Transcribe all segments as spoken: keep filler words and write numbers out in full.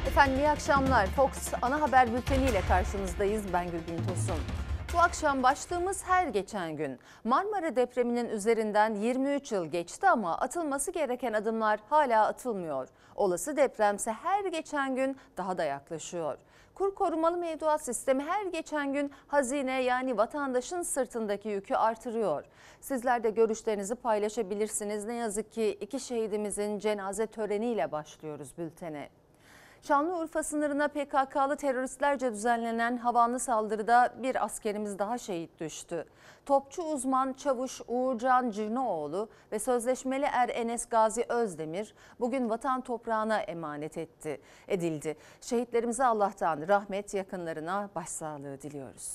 Efendim iyi akşamlar. Fox ana haber bülteniyle karşınızdayız. Ben Gülbin Tosun. Bu akşam başlığımız her geçen gün. Marmara depreminin üzerinden yirmi üç yıl geçti ama atılması gereken adımlar hala atılmıyor. Olası depremse her geçen gün daha da yaklaşıyor. Kur korumalı mevduat sistemi her geçen gün hazine yani vatandaşın sırtındaki yükü artırıyor. Sizler de görüşlerinizi paylaşabilirsiniz. Ne yazık ki iki şehidimizin cenaze töreniyle başlıyoruz bültene. Şanlıurfa sınırına P K K'lı teröristlerce düzenlenen havanlı saldırıda bir askerimiz daha şehit düştü. Topçu uzman Çavuş Uğurcan Cirnoğlu ve sözleşmeli er Enes Gazi Özdemir bugün vatan toprağına emanet etti, edildi. Şehitlerimize Allah'tan rahmet, yakınlarına başsağlığı diliyoruz.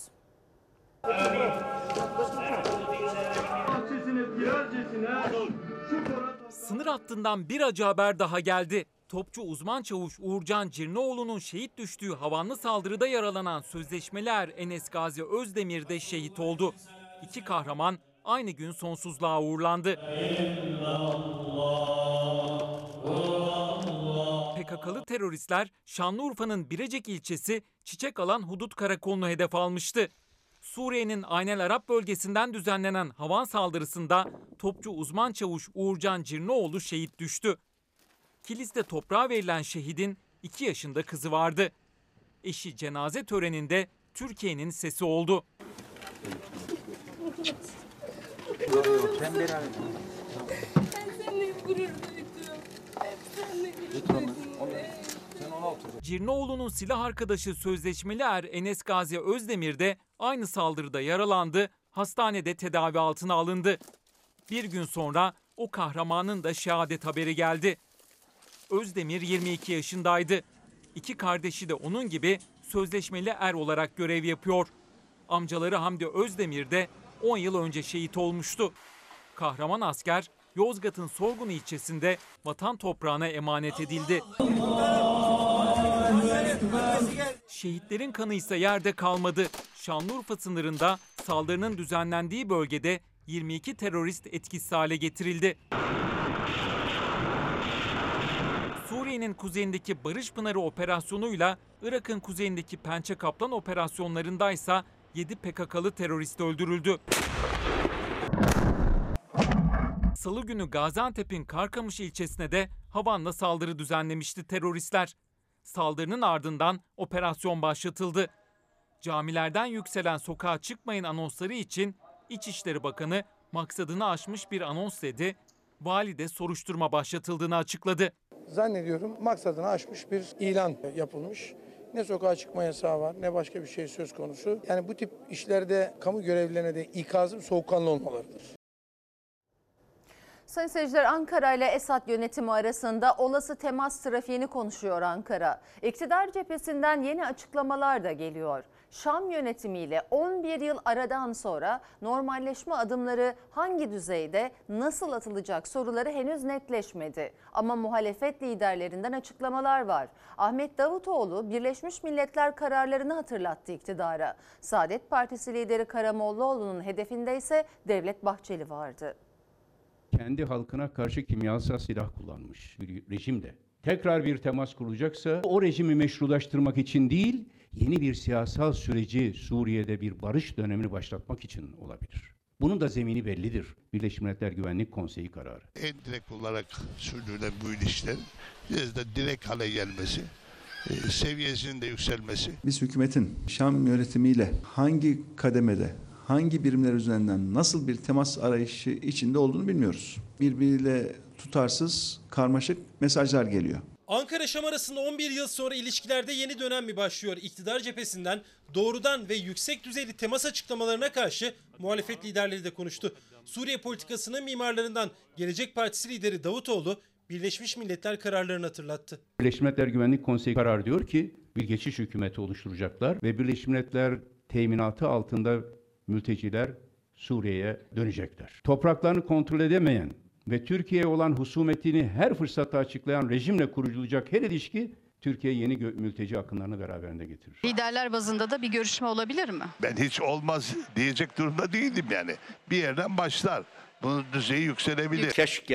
Sınır hattından bir acı haber daha geldi. Topçu uzman çavuş Uğurcan Cirnoğlu'nun şehit düştüğü havanlı saldırıda yaralanan sözleşmeli er Enes Gazi Özdemir de şehit oldu. İki kahraman aynı gün sonsuzluğa uğurlandı. P K K'lı teröristler Şanlıurfa'nın Birecik ilçesi Çiçekalan Hudut Karakolu'nu hedef almıştı. Suriye'nin Aynel Arap bölgesinden düzenlenen havan saldırısında topçu uzman çavuş Uğurcan Cirnoğlu şehit düştü. Kilis'te toprağa verilen şehidin iki yaşında kızı vardı. Eşi cenaze töreninde Türkiye'nin sesi oldu. Ben seninle gurur duydum. Ben seninle gurur duydum. Cirnoğlu'nun silah arkadaşı sözleşmeli er Enes Gazi Özdemir de aynı saldırıda yaralandı, hastanede tedavi altına alındı. Bir gün sonra o kahramanın da şehadet haberi geldi. Özdemir yirmi iki yaşındaydı. İki kardeşi de onun gibi sözleşmeli er olarak görev yapıyor. Amcaları Hamdi Özdemir de on yıl önce şehit olmuştu. Kahraman asker Yozgat'ın Sorgun ilçesinde vatan toprağına emanet edildi. Şehitlerin kanı ise yerde kalmadı. Şanlıurfa sınırında saldırının düzenlendiği bölgede yirmi iki terörist etkisiz hale getirildi. Suriye'nin kuzeyindeki Barış Pınarı operasyonuyla Irak'ın kuzeyindeki Pençe Kaplan operasyonlarındaysa yedi P K K'lı terörist öldürüldü. Salı günü Gaziantep'in Karkamış ilçesine de havanla saldırı düzenlemişti teröristler. Saldırının ardından operasyon başlatıldı. Camilerden yükselen sokağa çıkmayın anonsları için İçişleri Bakanı maksadını aşmış bir anons dedi. Vali de soruşturma başlatıldığını açıkladı. Zannediyorum maksadını aşmış bir ilan yapılmış. Ne sokağa çıkma yasağı var ne başka bir şey söz konusu. Yani bu tip işlerde kamu görevlilerine de ikazım soğukkanlı olmalarıdır. Sayın seyirciler, Ankara ile Esad yönetimi arasında olası temas trafiğini konuşuyor Ankara. İktidar cephesinden yeni açıklamalar da geliyor. Şam yönetimiyle on bir yıl aradan sonra normalleşme adımları hangi düzeyde nasıl atılacak soruları henüz netleşmedi. Ama muhalefet liderlerinden açıklamalar var. Ahmet Davutoğlu Birleşmiş Milletler kararlarını hatırlattı iktidara. Saadet Partisi lideri Karamollaoğlu'nun hedefinde ise Devlet Bahçeli vardı. Kendi halkına karşı kimyasal silah kullanmış bir rejimde tekrar bir temas kurulacaksa o rejimi meşrulaştırmak için değil, yeni bir siyasal süreci Suriye'de bir barış dönemini başlatmak için olabilir. Bunun da zemini bellidir. Birleşmiş Milletler Güvenlik Konseyi kararı. En direkt olarak sürdürülen bu ilişkiler biraz da direkt hale gelmesi, seviyesinin de yükselmesi. Biz hükümetin Şam yönetimiyle hangi kademede, hangi birimler üzerinden nasıl bir temas arayışı içinde olduğunu bilmiyoruz. Birbiriyle tutarsız, karmaşık mesajlar geliyor. Ankara-Şam arasında on bir yıl sonra ilişkilerde yeni dönem mi başlıyor? İktidar cephesinden doğrudan ve yüksek düzeyli temas açıklamalarına karşı muhalefet liderleri de konuştu. Suriye politikasının mimarlarından Gelecek Partisi lideri Davutoğlu Birleşmiş Milletler kararlarını hatırlattı. Birleşmiş Milletler Güvenlik Konseyi kararı diyor ki bir geçiş hükümeti oluşturacaklar ve Birleşmiş Milletler teminatı altında mülteciler Suriye'ye dönecekler. Topraklarını kontrol edemeyen ve Türkiye'ye olan husumetini her fırsatta açıklayan rejimle kurulacak her ilişki Türkiye yeni mülteci akınlarını beraberinde getirir. Liderler bazında da bir görüşme olabilir mi? Ben hiç olmaz diyecek durumda değilim yani. Bir yerden başlar. Bunun düzeyi yükselebilir. Keşke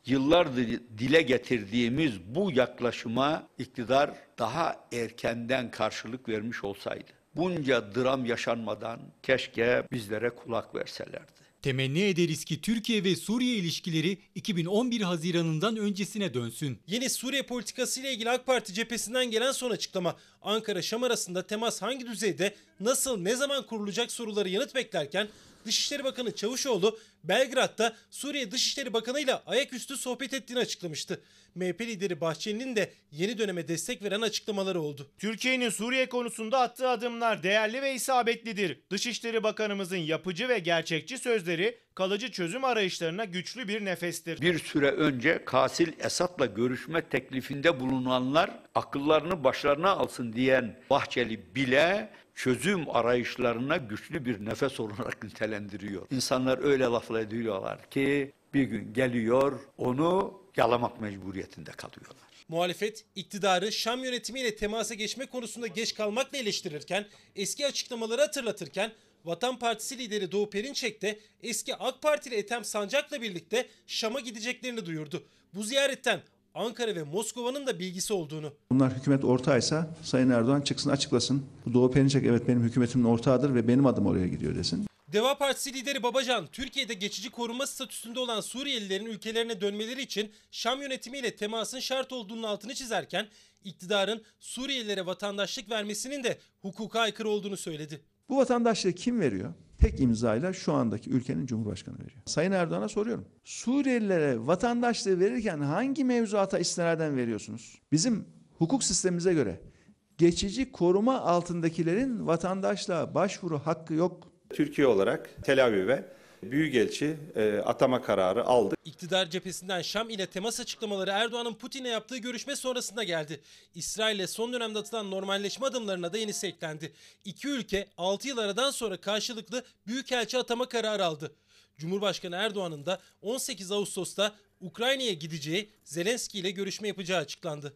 Yıllardır dile getirdiğimiz bu yaklaşıma iktidar daha erkenden karşılık vermiş olsaydı. Bunca dram yaşanmadan keşke bizlere kulak verselerdi. Temenni ederiz ki Türkiye ve Suriye ilişkileri iki bin on bir Haziran'ından öncesine dönsün. Yeni Suriye politikası ile ilgili AK Parti cephesinden gelen son açıklama. Ankara-Şam arasında temas hangi düzeyde, nasıl, ne zaman kurulacak soruları yanıt beklerken Dışişleri Bakanı Çavuşoğlu Belgrad'da Suriye Dışişleri Bakanı ile ayaküstü sohbet ettiğini açıklamıştı. M H P lideri Bahçeli'nin de yeni döneme destek veren açıklamaları oldu. Türkiye'nin Suriye konusunda attığı adımlar değerli ve isabetlidir. Dışişleri Bakanımızın yapıcı ve gerçekçi sözleri kalıcı çözüm arayışlarına güçlü bir nefestir. Bir süre önce Kasil Esad'la görüşme teklifinde bulunanlar akıllarını başlarına alsın diyen Bahçeli bile çözüm arayışlarına güçlü bir nefes olarak nitelendiriyor. İnsanlar öyle laflar ediyorlar ki bir gün geliyor onu yalamak mecburiyetinde kalıyorlar. Muhalefet iktidarı Şam yönetimiyle temasa geçme konusunda geç kalmakla eleştirirken, eski açıklamaları hatırlatırken Vatan Partisi lideri Doğu Perinçek de eski AK Partili Ethem Sancak'la birlikte Şam'a gideceklerini duyurdu. Bu ziyaretten Ankara ve Moskova'nın da bilgisi olduğunu. Bunlar hükümet ortağıysa Sayın Erdoğan çıksın açıklasın. Bu Doğu Perinçek evet benim hükümetimin ortağıdır ve benim adım oraya gidiyor desin. Deva Partisi lideri Babacan, Türkiye'de geçici korunma statüsünde olan Suriyelilerin ülkelerine dönmeleri için Şam yönetimiyle temasın şart olduğunun altını çizerken, iktidarın Suriyelilere vatandaşlık vermesinin de hukuka aykırı olduğunu söyledi. Bu vatandaşlığı kim veriyor? Tek imzayla şu andaki ülkenin Cumhurbaşkanı veriyor. Sayın Erdoğan'a soruyorum. Suriyelilere vatandaşlığı verirken hangi mevzuata istinaden veriyorsunuz? Bizim hukuk sistemimize göre geçici koruma altındakilerin vatandaşlığa başvuru hakkı yok. Türkiye olarak Tel Aviv'e büyükelçi e, atama kararı aldı. İktidar cephesinden Şam ile temas açıklamaları Erdoğan'ın Putin'le yaptığı görüşme sonrasında geldi. İsrail'le son dönemde atılan normalleşme adımlarına da yenisi eklendi. İki ülke altı yıl aradan sonra karşılıklı büyükelçi atama kararı aldı. Cumhurbaşkanı Erdoğan'ın da on sekiz Ağustos'ta Ukrayna'ya gideceği, Zelenski ile görüşme yapacağı açıklandı.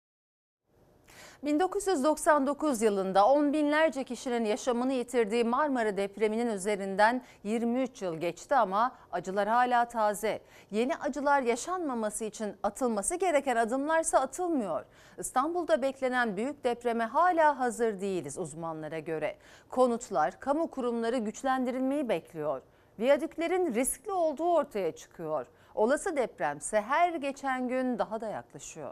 bin dokuz yüz doksan dokuz yılında on binlerce kişinin yaşamını yitirdiği Marmara depreminin üzerinden yirmi üç yıl geçti ama acılar hala taze. Yeni acılar yaşanmaması için atılması gereken adımlarsa atılmıyor. İstanbul'da beklenen büyük depreme hala hazır değiliz uzmanlara göre. Konutlar, kamu kurumları güçlendirilmeyi bekliyor. Viyadüklerin riskli olduğu ortaya çıkıyor. Olası depremse her geçen gün daha da yaklaşıyor.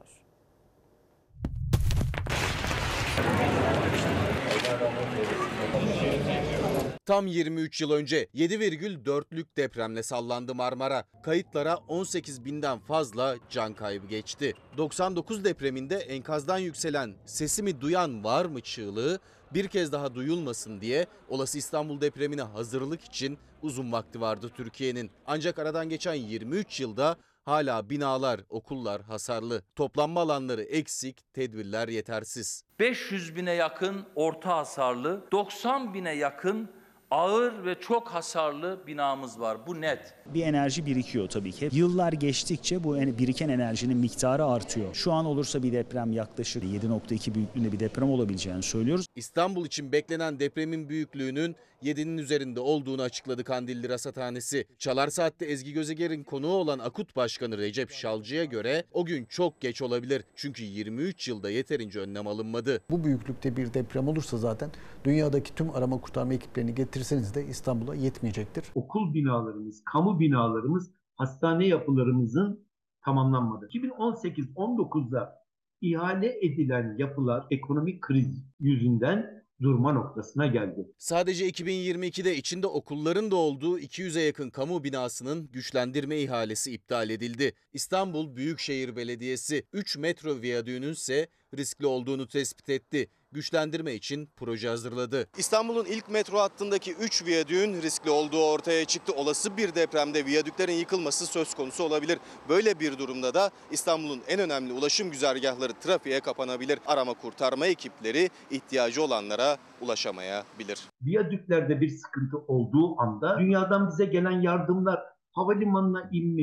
Tam yirmi üç yıl önce yedi virgül dörtlük depremle sallandı Marmara. Kayıtlara on sekiz binden fazla can kaybı geçti. doksan dokuz depreminde enkazdan yükselen "sesimi duyan var mı" çığlığı bir kez daha duyulmasın diye olası İstanbul depremine hazırlık için uzun vakti vardı Türkiye'nin. Ancak aradan geçen yirmi üç yılda hala binalar, okullar hasarlı, toplanma alanları eksik, tedbirler yetersiz. beş yüz bine yakın orta hasarlı, doksan bine yakın ağır ve çok hasarlı binamız var. Bu net. Bir enerji birikiyor tabii ki. Yıllar geçtikçe bu biriken enerjinin miktarı artıyor. Şu an olursa bir deprem yaklaşık yedi nokta iki büyüklüğünde bir deprem olabileceğini söylüyoruz. İstanbul için beklenen depremin büyüklüğünün yedinin üzerinde olduğunu açıkladı Kandilli Rasathanesi. Çalar Saat'te Ezgi Gözeger'in konuğu olan AKUT Başkanı Recep Şalcı'ya göre o gün çok geç olabilir. Çünkü yirmi üç yılda yeterince önlem alınmadı. Bu büyüklükte bir deprem olursa zaten dünyadaki tüm arama kurtarma ekiplerini getirseniz de İstanbul'a yetmeyecektir. Okul binalarımız, kamu binalarımız, hastane yapılarımızın tamamlanmadı. iki bin on sekiz on dokuzda ihale edilen yapılar ekonomik kriz yüzünden durma noktasına geldi. Sadece iki bin yirmi ikide içinde okulların da olduğu iki yüze yakın kamu binasının güçlendirme ihalesi iptal edildi. İstanbul Büyükşehir Belediyesi üç metro viyadüğünün ise riskli olduğunu tespit etti. Güçlendirme için proje hazırladı. İstanbul'un ilk metro hattındaki üç viyadüğün riskli olduğu ortaya çıktı. Olası bir depremde viyadüklerin yıkılması söz konusu olabilir. Böyle bir durumda da İstanbul'un en önemli ulaşım güzergahları trafiğe kapanabilir. Arama kurtarma ekipleri ihtiyacı olanlara ulaşamayabilir. Viyadüklerde bir sıkıntı olduğu anda dünyadan bize gelen yardımlar havalimanına inmiş,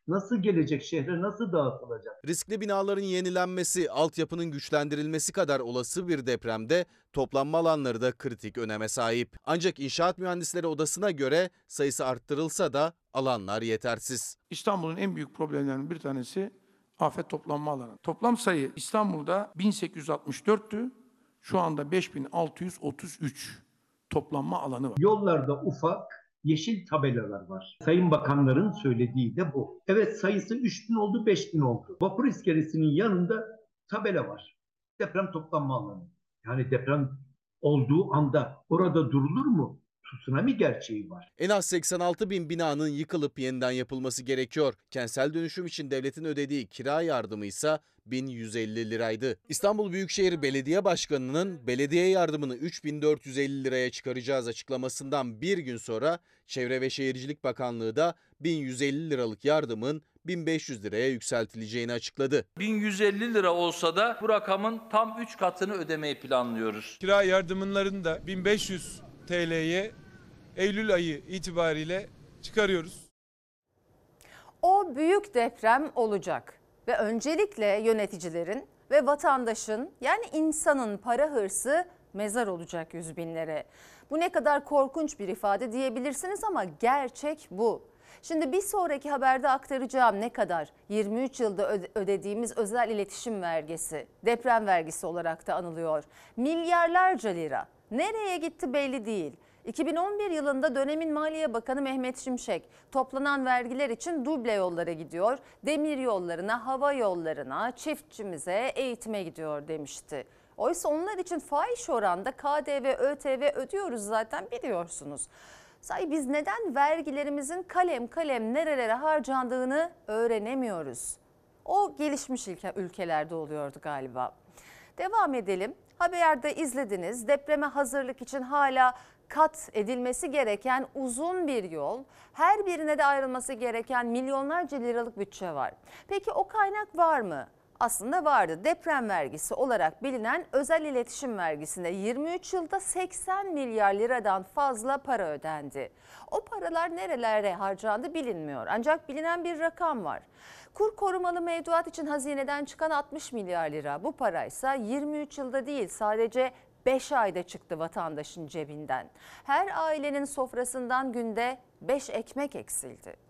nasıl gelecek, şehre nasıl dağıtılacak? Riskli binaların yenilenmesi, altyapının güçlendirilmesi kadar olası bir depremde toplanma alanları da kritik öneme sahip. Ancak İnşaat Mühendisleri Odası'na göre sayısı arttırılsa da alanlar yetersiz. İstanbul'un en büyük problemlerinden bir tanesi afet toplanma alanı. Toplam sayı İstanbul'da bin sekiz yüz altmış dörttü. Şu anda beş bin altı yüz otuz üç toplanma alanı var. Yollarda ufak yeşil tabelalar var. Sayın Bakanların söylediği de bu. Evet, sayısı üç bin oldu, beş bin oldu. Vapur iskelesinin yanında tabela var. Deprem toplanma alanı. Yani deprem olduğu anda orada durulur mu? Tsunami gerçeği var. En az seksen altı bin binanın yıkılıp yeniden yapılması gerekiyor. Kentsel dönüşüm için devletin ödediği kira yardımı ise bin yüz elli liraydı. İstanbul Büyükşehir Belediye Başkanı'nın belediye yardımını üç bin dört yüz elli liraya çıkaracağız açıklamasından bir gün sonra Çevre ve Şehircilik Bakanlığı da bin yüz elli liralık yardımın bin beş yüz liraya yükseltileceğini açıkladı. bin yüz elli lira olsa da bu rakamın tam üç katını ödemeyi planlıyoruz. Kira yardımlarını da bin beş yüz T L'ye Eylül ayı itibariyle çıkarıyoruz. O büyük deprem olacak ve öncelikle yöneticilerin ve vatandaşın, yani insanın para hırsı mezar olacak yüz binlere. Bu ne kadar korkunç bir ifade diyebilirsiniz ama gerçek bu. Şimdi bir sonraki haberde aktaracağım ne kadar yirmi üç yılda ödediğimiz özel iletişim vergisi, deprem vergisi olarak da anılıyor. Milyarlarca lira nereye gitti belli değil. iki bin on bir yılında dönemin Maliye Bakanı Mehmet Şimşek toplanan vergiler için duble yollara gidiyor. Demir yollarına, hava yollarına, çiftçimize, eğitime gidiyor demişti. Oysa onlar için fahiş oranda K D V, Ö T V ödüyoruz zaten, biliyorsunuz. Sahi biz neden vergilerimizin kalem kalem nerelere harcandığını öğrenemiyoruz? O gelişmiş ülkelerde oluyordu galiba. Devam edelim. Haberde izlediniz. Depreme hazırlık için hala kat edilmesi gereken uzun bir yol, her birine de ayrılması gereken milyonlarca liralık bütçe var. Peki o kaynak var mı? Aslında vardı. Deprem vergisi olarak bilinen özel iletişim vergisinde yirmi üç yılda seksen milyar liradan fazla para ödendi. O paralar nerelere harcandı bilinmiyor. Ancak bilinen bir rakam var. Kur korumalı mevduat için hazineden çıkan altmış milyar lira. Bu paraysa yirmi üç yılda değil, sadece beş ayda çıktı vatandaşın cebinden. Her ailenin sofrasından günde beş ekmek eksildi.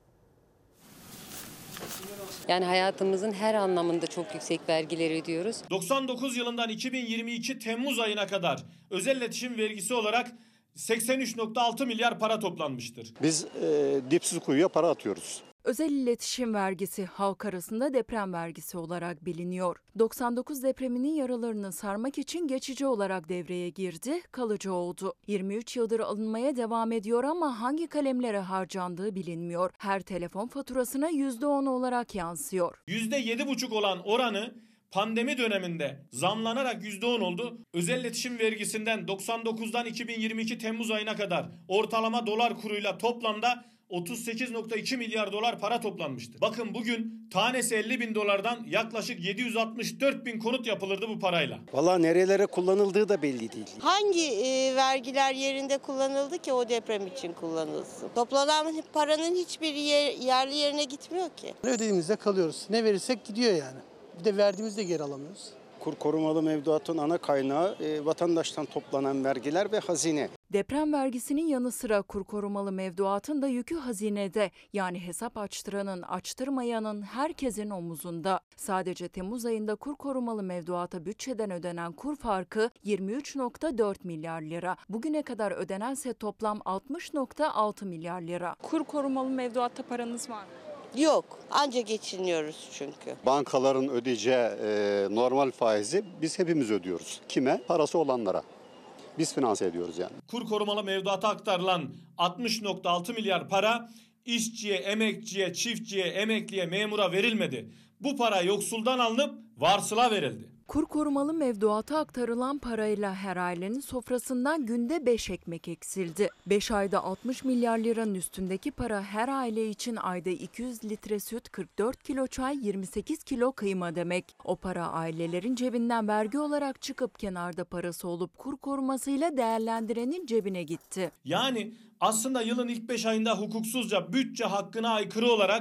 Yani hayatımızın her anlamında çok yüksek vergiler ödüyoruz. doksan dokuz yılından iki bin yirmi iki Temmuz ayına kadar özel iletişim vergisi olarak seksen üç nokta altı milyar para toplanmıştır. Biz e, dipsiz kuyuya para atıyoruz. Özel iletişim vergisi halk arasında deprem vergisi olarak biliniyor. doksan dokuz depreminin yaralarını sarmak için geçici olarak devreye girdi, kalıcı oldu. yirmi üç yıldır alınmaya devam ediyor ama hangi kalemlere harcandığı bilinmiyor. Her telefon faturasına yüzde on olarak yansıyor. yüzde yedi buçuk olan oranı pandemi döneminde zamlanarak yüzde on oldu. Özel iletişim vergisinden doksan dokuzdan iki bin yirmi iki Temmuz ayına kadar ortalama dolar kuruyla toplamda otuz sekiz nokta iki milyar dolar para toplanmıştır. Bakın bugün tanesi elli bin dolardan yaklaşık yedi yüz altmış dört bin konut yapılırdı bu parayla. Vallahi nerelere kullanıldığı da belli değil. Hangi e, vergiler yerinde kullanıldı ki o deprem için kullanılsın? Toplanan paranın hiçbir yer, yerli yerine gitmiyor ki. Ödediğimizde kalıyoruz. Ne verirsek gidiyor yani. Bir de verdiğimizde geri alamıyoruz. Kur korumalı mevduatın ana kaynağı e, vatandaştan toplanan vergiler ve hazine. Deprem vergisinin yanı sıra kur korumalı mevduatın da yükü hazinede, yani hesap açtıranın, açtırmayanın, herkesin omuzunda. Sadece Temmuz ayında kur korumalı mevduata bütçeden ödenen kur farkı yirmi üç nokta dört milyar lira. Bugüne kadar ödenense toplam altmış nokta altı milyar lira. Kur korumalı mevduatta paranız var mı? Yok, anca geçiniyoruz çünkü. Bankaların ödeyeceği e, normal faizi biz hepimiz ödüyoruz. Kime? Parası olanlara. Biz finanse ediyoruz yani. Kur korumalı mevduata aktarılan altmış nokta altı milyar para işçiye, emekçiye, çiftçiye, emekliye, memura verilmedi. Bu para yoksuldan alınıp varsıla verildi. Kur korumalı mevduata aktarılan parayla her ailenin sofrasından günde beş ekmek eksildi. beş ayda altmış milyar liranın üstündeki para her aile için ayda iki yüz litre süt, kırk dört kilo çay, yirmi sekiz kilo kıyma demek. O para ailelerin cebinden vergi olarak çıkıp kenarda parası olup kur korumasıyla değerlendirenin cebine gitti. Yani aslında yılın ilk beş ayında hukuksuzca bütçe hakkına aykırı olarak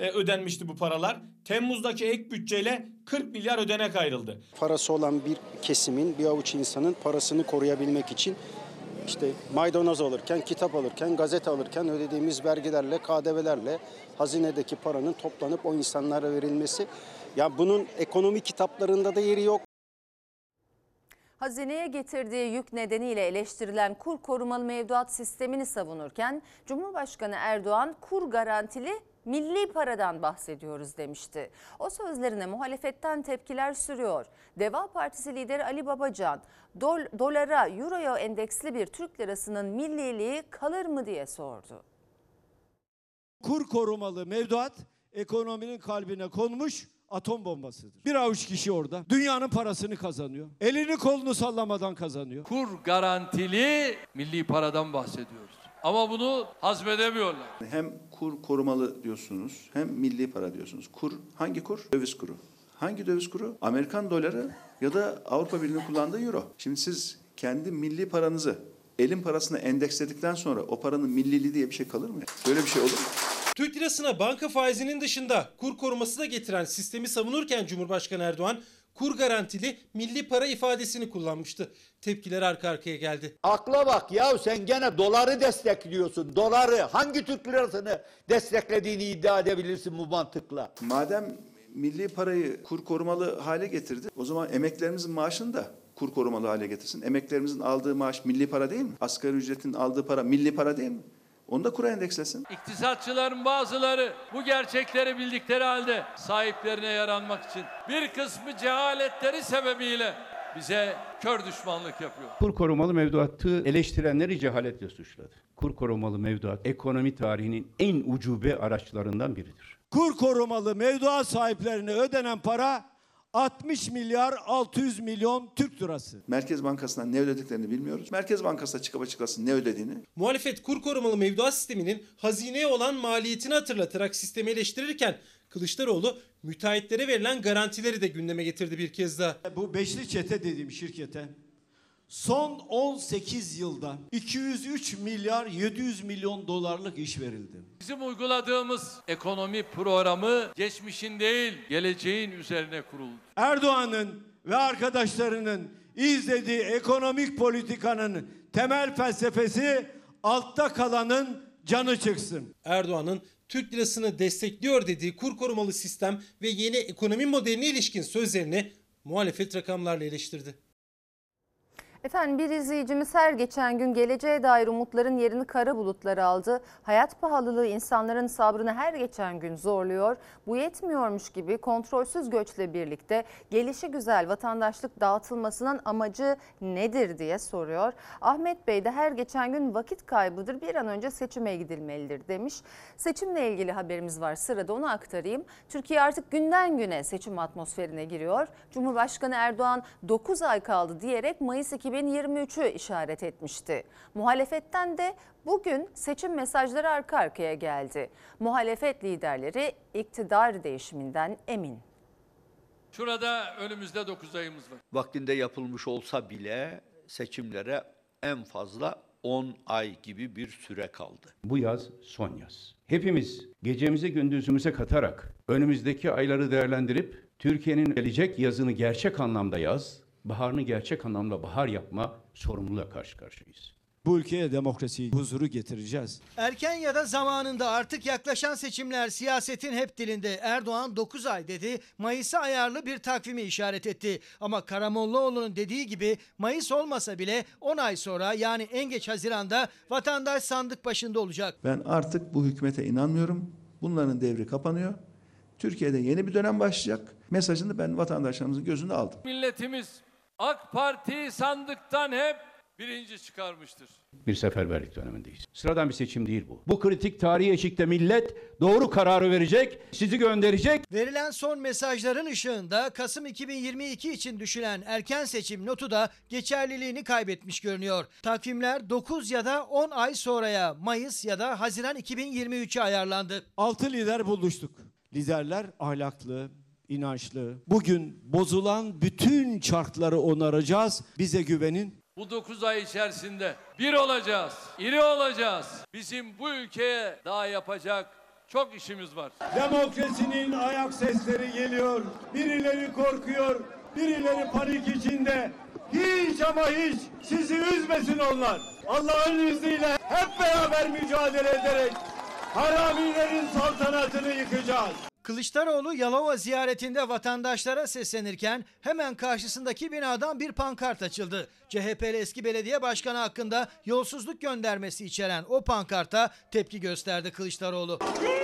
e, ödenmişti bu paralar. Temmuz'daki ek bütçeyle kırk milyar ödenek ayrıldı. Parası olan bir kesimin, bir avuç insanın parasını koruyabilmek için işte maydanoz alırken, kitap alırken, gazete alırken ödediğimiz vergilerle, K D V'lerle hazinedeki paranın toplanıp o insanlara verilmesi. Ya bunun ekonomi kitaplarında da yeri yok. Hazineye getirdiği yük nedeniyle eleştirilen kur korumalı mevduat sistemini savunurken Cumhurbaşkanı Erdoğan kur garantili milli paradan bahsediyoruz demişti. O sözlerine muhalefetten tepkiler sürüyor. Deva Partisi lideri Ali Babacan, dol, dolara, euroya endeksli bir Türk lirasının milliliği kalır mı diye sordu. Kur korumalı mevduat ekonominin kalbine konmuş atom bombasıdır. Bir avuç kişi orada dünyanın parasını kazanıyor. Elini kolunu sallamadan kazanıyor. Kur garantili milli paradan bahsediyoruz. Ama bunu hazmedemiyorlar. Hem kur korumalı diyorsunuz hem milli para diyorsunuz. Kur hangi kur? Döviz kuru. Hangi döviz kuru? Amerikan doları ya da Avrupa Birliği'nin kullandığı euro. Şimdi siz kendi milli paranızı elin parasına endeksledikten sonra o paranın milliliği diye bir şey kalır mı? Böyle bir şey olur mu? Türk lirasına banka faizinin dışında kur koruması da getiren sistemi savunurken Cumhurbaşkanı Erdoğan kur garantili milli para ifadesini kullanmıştı. Tepkiler arka arkaya geldi. Akla bak ya, sen gene doları destekliyorsun. Doları hangi Türk lirasını desteklediğini iddia edebilirsin bu mantıkla. Madem milli parayı kur korumalı hale getirdi, o zaman emeklerimizin maaşını da kur korumalı hale getirsin. Emeklerimizin aldığı maaş milli para değil mi? Asgari ücretin aldığı para milli para değil mi? Onu da kura endekslesin. İktisatçıların bazıları bu gerçekleri bildikleri halde sahiplerine yaranmak için bir kısmı cehaletleri sebebiyle bize kör düşmanlık yapıyor. Kur korumalı mevduatı eleştirenleri cehaletle suçladı. Kur korumalı mevduat ekonomi tarihinin en ucube araçlarından biridir. Kur korumalı mevduat sahiplerine ödenen para altmış milyar altı yüz milyon Türk lirası. Merkez Bankası'ndan ne ödediklerini bilmiyoruz. Merkez Bankası da çıkıp açıklasın ne ödediğini. Muhalefet kur korumalı mevduat sisteminin hazineye olan maliyetini hatırlatarak sistemi eleştirirken Kılıçdaroğlu müteahhitlere verilen garantileri de gündeme getirdi bir kez daha. Bu beşli çete dediğim şirkete son on sekiz yılda iki yüz üç milyar yedi yüz milyon dolarlık iş verildi. Bizim uyguladığımız ekonomi programı geçmişin değil geleceğin üzerine kuruldu. Erdoğan'ın ve arkadaşlarının izlediği ekonomik politikanın temel felsefesi altta kalanın canı çıksın. Erdoğan'ın Türk lirasını destekliyor dediği kur korumalı sistem ve yeni ekonomi modeline ilişkin sözlerini muhalefet rakamlarla eleştirdi. Efendim bir izleyicimiz her geçen gün geleceğe dair umutların yerini kara bulutlar aldı. Hayat pahalılığı insanların sabrını her geçen gün zorluyor. Bu yetmiyormuş gibi kontrolsüz göçle birlikte gelişigüzel vatandaşlık dağıtılmasının amacı nedir diye soruyor. Ahmet Bey de her geçen gün vakit kaybıdır, bir an önce seçime gidilmelidir demiş. Seçimle ilgili haberimiz var, sırada onu aktarayım. Türkiye artık günden güne seçim atmosferine giriyor. Cumhurbaşkanı Erdoğan dokuz ay kaldı diyerek Mayıs iki bin yirmi üçü işaret etmişti. Muhalefetten de bugün seçim mesajları arka arkaya geldi. Muhalefet liderleri iktidar değişiminden emin. Şurada önümüzde dokuz ayımız var. Vaktinde yapılmış olsa bile seçimlere en fazla on ay gibi bir süre kaldı. Bu yaz son yaz. Hepimiz gecemizi gündüzümüze katarak önümüzdeki ayları değerlendirip Türkiye'nin gelecek yazını gerçek anlamda yaz, baharını gerçek anlamda bahar yapma sorumluluğuyla karşı karşıyayız. Bu ülkeye demokrasiyi, huzuru getireceğiz. Erken ya da zamanında artık yaklaşan seçimler siyasetin hep dilinde. Erdoğan dokuz ay dedi, Mayıs'a ayarlı bir takvimi işaret etti. Ama Karamollaoğlu'nun dediği gibi Mayıs olmasa bile on ay sonra, yani en geç Haziran'da vatandaş sandık başında olacak. Ben artık bu hükümete inanmıyorum. Bunların devri kapanıyor. Türkiye'de yeni bir dönem başlayacak. Mesajını ben vatandaşlarımızın gözünde aldım. Milletimiz AK Parti sandıktan hep birinci çıkarmıştır. Bir seferberlik dönemindeyiz. Sıradan bir seçim değil bu. Bu kritik tarihi eşikte millet doğru kararı verecek, sizi gönderecek. Verilen son mesajların ışığında Kasım iki bin yirmi iki için düşülen erken seçim notu da geçerliliğini kaybetmiş görünüyor. Takvimler dokuz ya da on ay sonraya, Mayıs ya da Haziran iki bin yirmi üçe ayarlandı. Altı lider buluştuk. Liderler ahlaklı, inançlı. Bugün bozulan bütün çarkları onaracağız. Bize güvenin. Bu dokuz ay içerisinde bir olacağız, iri olacağız. Bizim bu ülkeye daha yapacak çok işimiz var. Demokrasinin ayak sesleri geliyor. Birileri korkuyor, birileri panik içinde. Hiç ama hiç sizi üzmesin onlar. Allah'ın izniyle hep beraber mücadele ederek haramilerin saltanatını yıkacağız. Kılıçdaroğlu Yalova ziyaretinde vatandaşlara seslenirken hemen karşısındaki binadan bir pankart açıldı. C H P'li eski belediye başkanı hakkında yolsuzluk göndermesi içeren o pankarta tepki gösterdi Kılıçdaroğlu.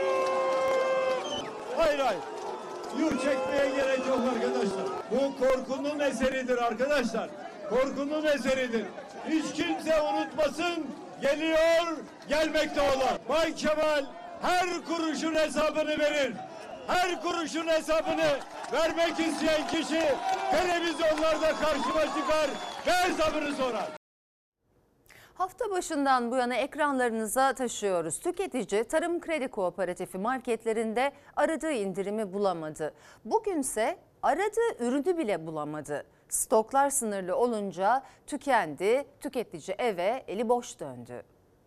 Hayır hayır. Yuh çekmeye gerek yok arkadaşlar. Bu korkunun eseridir arkadaşlar. Korkunun eseridir. Hiç kimse unutmasın. Geliyor, gelmekte olan. Bay Kemal her kuruşun hesabını verir. Her kuruşun hesabını vermek isteyen kişi televizyonlarda karşıma çıkar ve hesabını sorar. Hafta başından bu yana ekranlarınıza taşıyoruz. Tüketici Tarım Kredi Kooperatifi marketlerinde aradığı indirimi bulamadı. Bugünse aradığı ürünü bile bulamadı. Stoklar sınırlı olunca tükendi, tüketici eve eli boş döndü.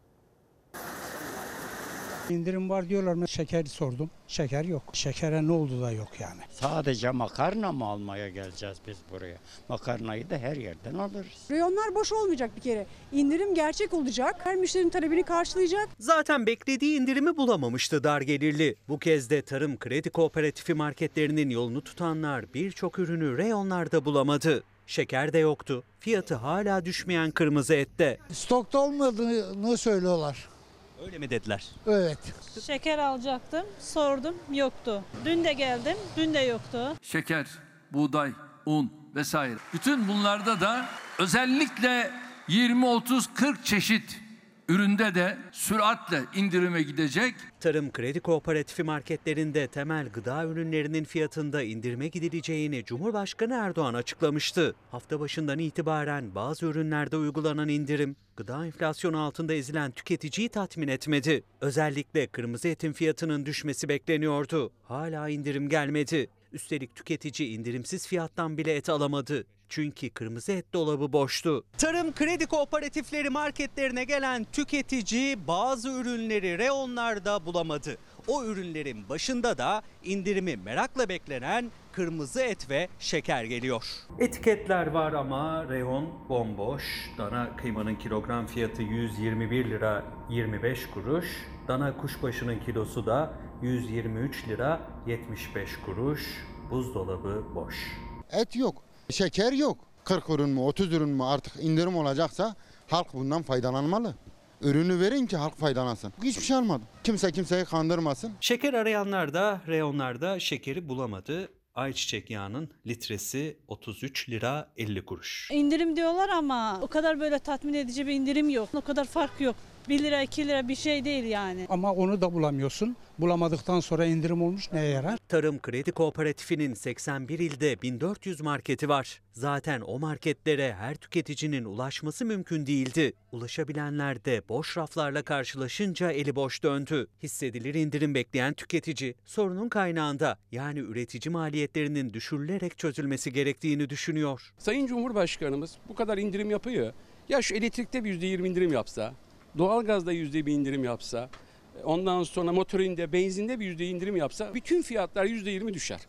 İndirim var diyorlar mı? Şeker sordum. Şeker yok. Şekere ne oldu da yok yani. Sadece makarna mı almaya geleceğiz biz buraya? Makarnayı da her yerden alırız. Reyonlar boş olmayacak bir kere. İndirim gerçek olacak. Her müşterinin talebini karşılayacak. Zaten beklediği indirimi bulamamıştı dar gelirli. Bu kez de Tarım Kredi Kooperatifi marketlerinin yolunu tutanlar birçok ürünü reyonlarda bulamadı. Şeker de yoktu. Fiyatı hala düşmeyen kırmızı ette. Stokta olmadığını söylüyorlar. Öyle mi dediler? Evet. Şeker alacaktım, sordum, yoktu. Dün de geldim, dün de yoktu. Şeker, buğday, un vesaire. Bütün bunlarda da özellikle yirmi otuz kırk çeşit üründe de süratle indirime gidecek. Tarım Kredi Kooperatifi marketlerinde temel gıda ürünlerinin fiyatında indirime gidileceğini Cumhurbaşkanı Erdoğan açıklamıştı. Hafta başından itibaren bazı ürünlerde uygulanan indirim, gıda enflasyonu altında ezilen tüketiciyi tatmin etmedi. Özellikle kırmızı etin fiyatının düşmesi bekleniyordu. Hala indirim gelmedi. Üstelik tüketici indirimsiz fiyattan bile et alamadı. Çünkü kırmızı et dolabı boştu. Tarım Kredi Kooperatifleri marketlerine gelen tüketici bazı ürünleri reyonlarda bulamadı. O ürünlerin başında da indirimi merakla beklenen kırmızı et ve şeker geliyor. Etiketler var ama reyon bomboş. Dana kıymanın kilogram fiyatı yüz yirmi bir lira yirmi beş kuruş. Dana kuşbaşının kilosu da yüz yirmi üç lira yetmiş beş kuruş. Buzdolabı boş. Et yok. Şeker yok. kırk ürün mü otuz ürün mü artık indirim olacaksa halk bundan faydalanmalı. Ürünü verin ki halk faydalansın. Hiçbir şey almadım. Kimse kimseyi kandırmasın. Şeker arayanlar da reyonlarda şekeri bulamadı. Ayçiçek yağının litresi otuz üç lira elli kuruş. İndirim diyorlar ama o kadar böyle tatmin edici bir indirim yok. O kadar fark yok. bir lira iki lira bir şey değil yani. Ama onu da bulamıyorsun. Bulamadıktan sonra indirim olmuş neye yarar? Tarım Kredi Kooperatifi'nin seksen bir ilde bin dört yüz marketi var. Zaten o marketlere her tüketicinin ulaşması mümkün değildi. Ulaşabilenler de boş raflarla karşılaşınca eli boş döndü. Hissedilir indirim bekleyen tüketici sorunun kaynağında, yani üretici maliyetlerinin düşürülerek çözülmesi gerektiğini düşünüyor. Sayın Cumhurbaşkanımız bu kadar indirim yapıyor. Ya şu elektrikte bir yüzde yirmi indirim yapsa, doğalgazda yüzde bir indirim yapsa, ondan sonra motorinde, benzinde bir yüzde indirim yapsa bütün fiyatlar yüzde yirmi düşer.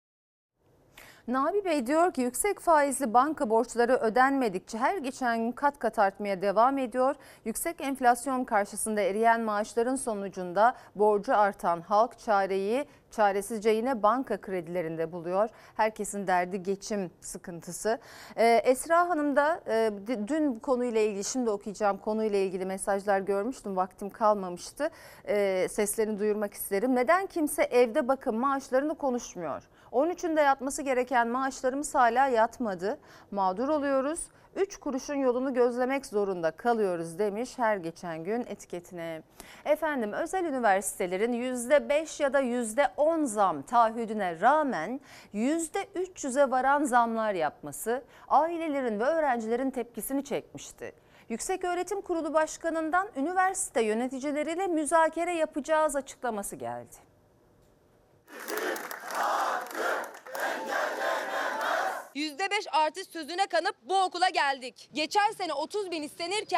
Nabi Bey diyor ki yüksek faizli banka borçları ödenmedikçe her geçen gün kat kat artmaya devam ediyor. Yüksek enflasyon karşısında eriyen maaşların sonucunda borcu artan halk çareyi çaresizce yine banka kredilerinde buluyor. Herkesin derdi geçim sıkıntısı. Ee, Esra Hanım da e, dün konuyla ilgili, şimdi okuyacağım konuyla ilgili mesajlar görmüştüm. Vaktim kalmamıştı. Ee, seslerini duyurmak isterim. Neden kimse evde bakım maaşlarını konuşmuyor? on üçünde yatması gereken maaşlarımız hala yatmadı. Mağdur oluyoruz. üç kuruşun yolunu gözlemek zorunda kalıyoruz demiş her geçen gün etiketine. Efendim, özel üniversitelerin yüzde beş ya da yüzde on zam taahhüdüne rağmen yüzde üç yüze varan zamlar yapması ailelerin ve öğrencilerin tepkisini çekmişti. Yükseköğretim Kurulu Başkanı'ndan üniversite yöneticileriyle müzakere yapacağız açıklaması geldi. yüzde beş artış sözüne kanıp bu okula geldik. Geçen sene otuz bin istenirken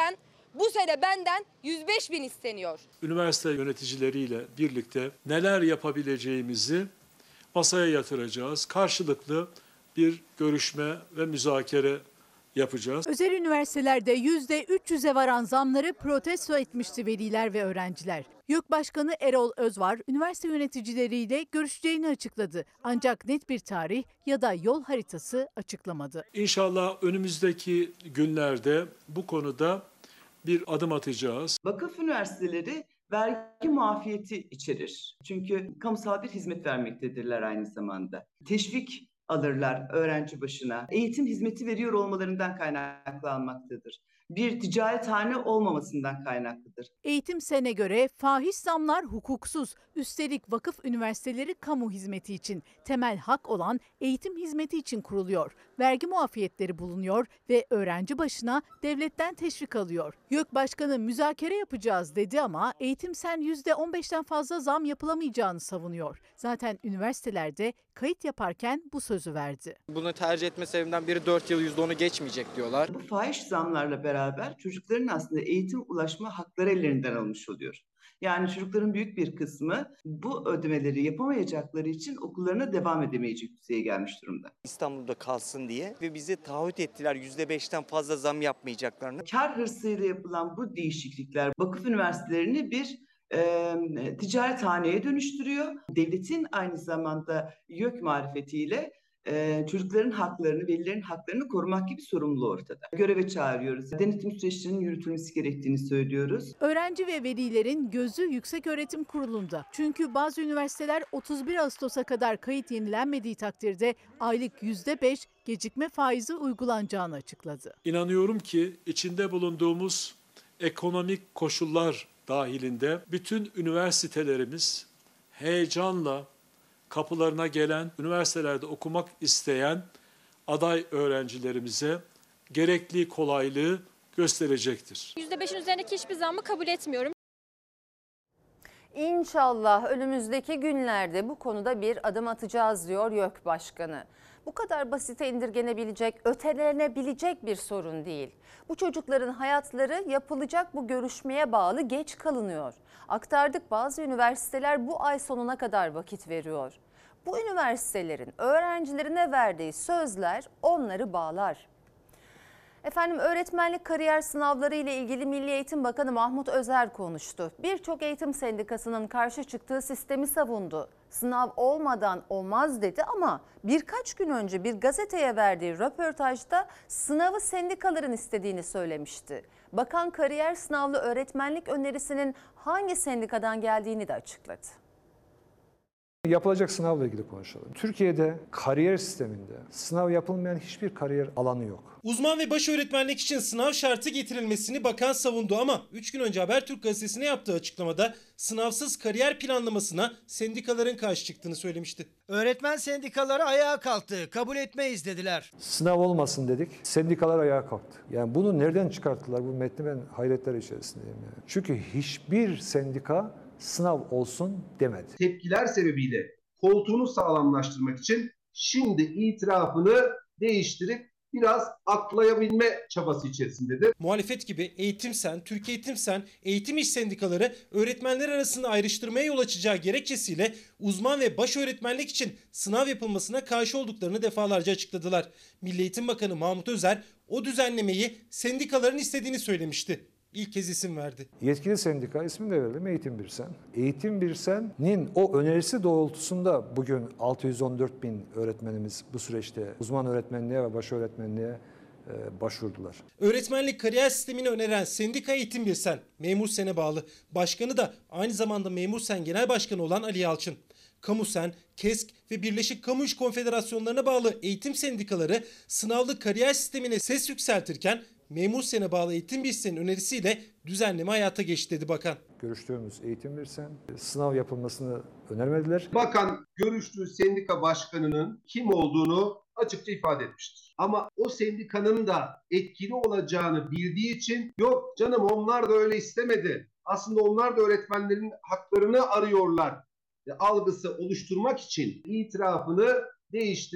Bu sene benden yüz beş bin isteniyor. Üniversite yöneticileriyle birlikte neler yapabileceğimizi masaya yatıracağız. Karşılıklı bir görüşme ve müzakere yapacağız. Özel üniversitelerde yüzde üç yüze varan zamları protesto etmişti veliler ve öğrenciler. YÖK Başkanı Erol Özvar, üniversite yöneticileriyle görüşeceğini açıkladı. Ancak net bir tarih ya da yol haritası açıklamadı. İnşallah önümüzdeki günlerde bu konuda bir adım atacağız. Vakıf üniversiteleri vergi muafiyeti içerir. Çünkü kamusal bir hizmet vermektedirler aynı zamanda. Teşvik alırlar öğrenci başına. Eğitim hizmeti veriyor olmalarından kaynaklanmaktadır. Bir ticarethane olmamasından kaynaklıdır. Eğitim Sen'e göre fahiş zamlar hukuksuz. Üstelik vakıf üniversiteleri kamu hizmeti için, temel hak olan eğitim hizmeti için kuruluyor. Vergi muafiyetleri bulunuyor ve öğrenci başına devletten teşvik alıyor. YÖK Başkanı müzakere yapacağız dedi ama Eğitim Sen yüzde on beşten fazla zam yapılamayacağını savunuyor. Zaten üniversitelerde kayıt yaparken bu sözü verdi. Bunu tercih etme sebebinden biri dört yıl yüzde onu geçmeyecek diyorlar. Bu fahiş zamlarla beraber çocukların aslında eğitim ulaşma hakları ellerinden alınmış oluyor. Yani çocukların büyük bir kısmı bu ödemeleri yapamayacakları için okullarına devam edemeyecek düzeye gelmiş durumda. İstanbul'da kalsın diye ve bize taahhüt ettiler yüzde beşten fazla zam yapmayacaklarını. Kar hırsıyla yapılan bu değişiklikler vakıf üniversitelerini bir e, ticarethaneye dönüştürüyor. Devletin aynı zamanda YÖK marifetiyle Ee, çocukların haklarını, velilerin haklarını korumak gibi sorumluluğu ortada. Göreve çağırıyoruz. Denetim süreçlerinin yürütülmesi gerektiğini söylüyoruz. Öğrenci ve velilerin gözü Yükseköğretim Kurulu'nda. Çünkü bazı üniversiteler otuz bir Ağustos'a kadar kayıt yenilenmediği takdirde aylık yüzde beş gecikme faizi uygulanacağını açıkladı. İnanıyorum ki içinde bulunduğumuz ekonomik koşullar dahilinde bütün üniversitelerimiz heyecanla kapılarına gelen, üniversitelerde okumak isteyen aday öğrencilerimize gerekli kolaylığı gösterecektir. yüzde beşin üzerindeki hiçbir zammı kabul etmiyorum. İnşallah önümüzdeki günlerde bu konuda bir adım atacağız diyor YÖK Başkanı. Bu kadar basite indirgenebilecek, ötelenebilecek bir sorun değil. Bu çocukların hayatları yapılacak bu görüşmeye bağlı geç kalınıyor. Aktardık, bazı üniversiteler bu ay sonuna kadar vakit veriyor. Bu üniversitelerin öğrencilerine verdiği sözler onları bağlar. Efendim, öğretmenlik kariyer sınavları ile ilgili Milli Eğitim Bakanı Mahmut Özer konuştu. Birçok eğitim sendikasının karşı çıktığı sistemi savundu. Sınav olmadan olmaz dedi ama birkaç gün önce bir gazeteye verdiği röportajda sınavı sendikaların istediğini söylemişti. Bakan kariyer sınavlı öğretmenlik önerisinin hangi sendikadan geldiğini de açıkladı. Yapılacak sınavla ilgili konuşalım. Türkiye'de kariyer sisteminde sınav yapılmayan hiçbir kariyer alanı yok. Uzman ve baş öğretmenlik için sınav şartı getirilmesini bakan savundu ama üç gün önce Habertürk gazetesine yaptığı açıklamada sınavsız kariyer planlamasına sendikaların karşı çıktığını söylemişti. Öğretmen sendikaları ayağa kalktı. Kabul etmeyiz dediler. Sınav olmasın dedik. Sendikalar ayağa kalktı. Yani bunu nereden çıkarttılar? Bu metni ben hayretler içerisindeyim. Yani. Çünkü hiçbir sendika sınav olsun demedi. Tepkiler sebebiyle koltuğunu sağlamlaştırmak için şimdi itirafını değiştirip biraz aklayabilme çabası içerisindedir. Muhalefet gibi Eğitim Sen, Türkiye Eğitim Sen, eğitim iş sendikaları öğretmenler arasında ayrıştırmaya yol açacağı gerekçesiyle uzman ve baş öğretmenlik için sınav yapılmasına karşı olduklarını defalarca açıkladılar. Milli Eğitim Bakanı Mahmut Özer o düzenlemeyi sendikaların istediğini söylemişti. İlk kez isim verdi. Yetkili sendika, ismini de verelim, Eğitim Birsen. Eğitim Birsen'in o önerisi doğrultusunda bugün altı yüz on dört bin öğretmenimiz bu süreçte uzman öğretmenliğe ve baş öğretmenliğe e, başvurdular. Öğretmenlik kariyer sistemini öneren sendika Eğitim Birsen, Memur Sen'e bağlı. Başkanı da aynı zamanda Memur Sen Genel Başkanı olan Ali Yalçın. Kamusen, KESK ve Birleşik Kamu İş Konfederasyonlarına bağlı eğitim sendikaları sınavlı kariyer sistemine ses yükseltirken Memur Sen'e bağlı Eğitim Birsen'in önerisiyle düzenleme hayata geçti dedi bakan. Görüştüğümüz Eğitim Birsen sınav yapılmasını önermediler. Bakan görüştüğü sendika başkanının kim olduğunu açıkça ifade etmiştir. Ama o sendikanın da etkili olacağını bildiği için yok canım onlar da öyle istemedi. Aslında onlar da öğretmenlerin haklarını arıyorlar algısı oluşturmak için itirafını değiştirip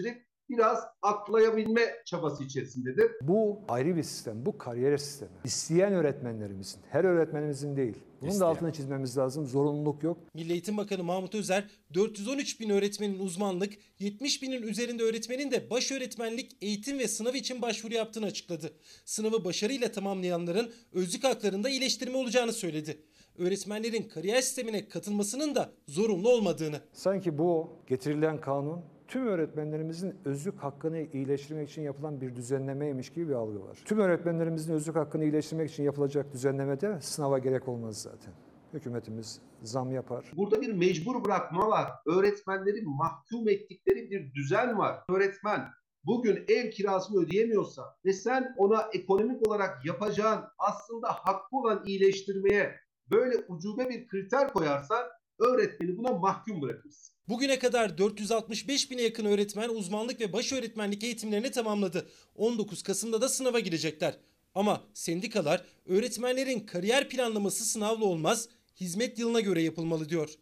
biraz aklayabilme çabası içerisindedir. Bu ayrı bir sistem, bu kariyer sistemi. İsteyen öğretmenlerimizin, her öğretmenimizin değil. Bunun İsteyen. da altını çizmemiz lazım, zorunluluk yok. Milli Eğitim Bakanı Mahmut Özer, dört yüz on üç bin öğretmenin uzmanlık, yetmiş binin üzerinde öğretmenin de baş öğretmenlik eğitim ve sınav için başvuru yaptığını açıkladı. Sınavı başarıyla tamamlayanların özlük haklarında iyileştirme olacağını söyledi. Öğretmenlerin kariyer sistemine katılmasının da zorunlu olmadığını. Sanki bu getirilen kanun tüm öğretmenlerimizin özlük hakkını iyileştirmek için yapılan bir düzenlemeymiş gibi bir algı var. Tüm öğretmenlerimizin özlük hakkını iyileştirmek için yapılacak düzenlemede sınava gerek olmaz zaten. Hükümetimiz zam yapar. Burada bir mecbur bırakma var. Öğretmenleri mahkum ettikleri bir düzen var. Öğretmen bugün ev kirasını ödeyemiyorsa ve sen ona ekonomik olarak yapacağın aslında hakkı olan iyileştirmeye böyle ucube bir kriter koyarsan öğretmeni buna mahkum bırakırsın. Bugüne kadar dört yüz altmış beş bine yakın öğretmen uzmanlık ve baş öğretmenlik eğitimlerini tamamladı. on dokuz Kasım'da da sınava girecekler. Ama sendikalar öğretmenlerin kariyer planlaması sınavla olmaz, hizmet yılına göre yapılmalı diyor.